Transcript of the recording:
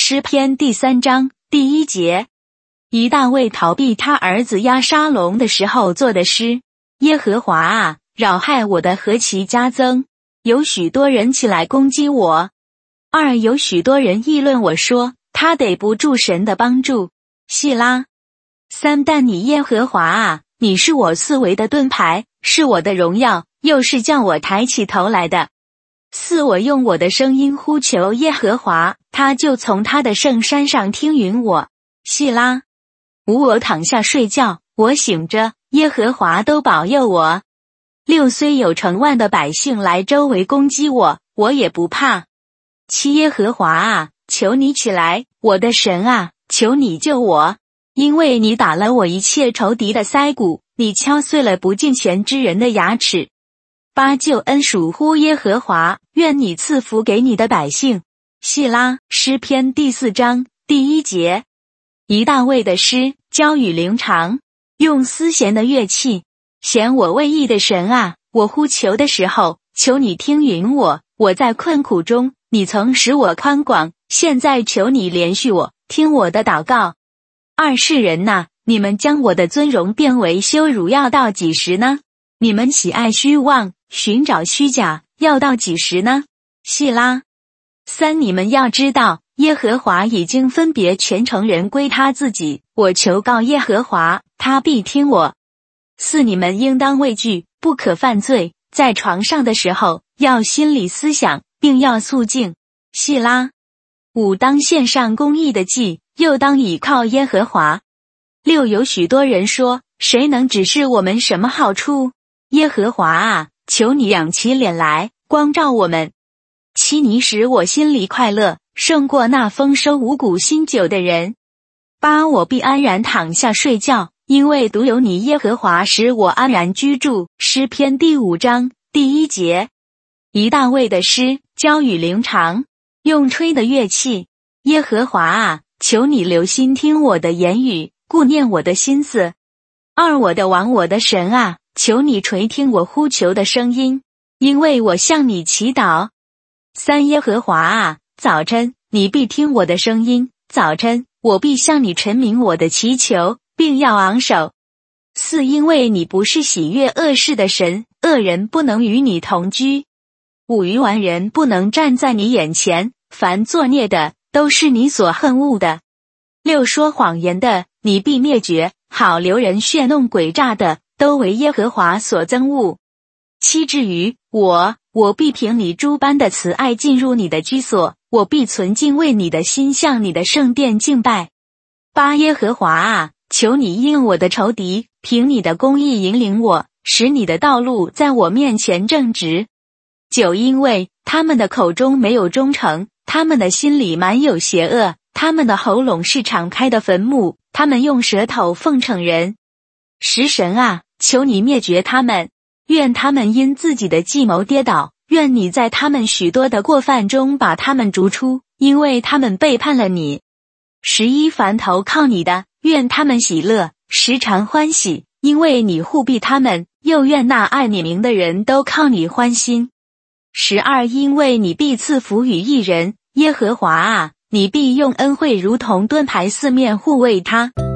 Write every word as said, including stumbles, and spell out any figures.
诗篇第三章第一节，以大卫逃避他儿子押沙龙的时候做的诗。耶和华啊，扰害我的何其加增，有许多人起来攻击我。二有许多人议论我说，他得不住神的帮助。细拉。三但你耶和华啊，你是我四围的盾牌，是我的荣耀，又是叫我抬起头来的。四我用我的声音呼求耶和华，他就从他的圣山上听允我。细拉。五我躺下睡觉，我醒着，耶和华都保佑我。六虽有成万的百姓来周围攻击我，我也不怕。七耶和华啊，求你起来，我的神啊，求你救我，因为你打了我一切仇敌的腮骨，你敲碎了不敬虔之人的牙齿。八救恩属乎耶和华，愿你赐福给你的百姓。细拉。诗篇第四章第一节，以大卫的诗，交与灵长，用丝弦的乐器。显我为义的神啊，我呼求的时候，求你听允我。我在困苦中，你曾使我宽广，现在求你怜恤我，听我的祷告。二世人哪，你们将我的尊荣变为羞辱，要到几时呢？你们喜爱虚妄，寻找虚假，要到几时呢？细拉。三你们要知道，耶和华已经分别全城人归他自己，我求告耶和华，他必听我。四你们应当畏惧，不可犯罪，在床上的时候，要心里思想，并要肃静。细拉。五当献上公义的祭，又当倚靠耶和华。六有许多人说，谁能指示我们什么好处？耶和华啊，求你仰起脸来，光照我们。七你使我心里快乐，胜过那丰收五谷新酒的人。八我必安然躺下睡觉，因为独有你耶和华使我安然居住。诗篇第五章第一节，以大卫的诗，交与灵长，用吹的乐器。耶和华啊，求你留心听我的言语，顾念我的心思。二我的王，我的神啊，求你垂听我呼求的声音，因为我向你祈祷。三耶和华啊，早晨你必听我的声音，早晨我必向你陈明我的祈求，并要昂首。四因为你不是喜悦恶事的神，恶人不能与你同居。五愚顽人不能站在你眼前，凡作孽的都是你所恨恶的。六说谎言的，你必灭绝，好流人血弄诡诈的，都为耶和华所憎恶。七至于我，我必凭你诸般的慈爱进入你的居所，我必存敬畏你的心，向你的圣殿敬拜。八耶和华啊，求你应我的仇敌，凭你的公义引领我，使你的道路在我面前正直。九因为他们的口中没有忠诚，他们的心里满有邪恶，他们的喉咙是敞开的坟墓，他们用舌头奉承人。十神啊，求你灭绝他们，愿他们因自己的计谋跌倒，愿你在他们许多的过犯中把他们逐出，因为他们背叛了你。十一凡投靠你的，愿他们喜乐，时常欢喜，因为你护庇他们，又愿那爱你名的人都靠你欢心。十二因为你必赐福与义人，耶和华啊，你必用恩惠如同盾牌四面护卫他。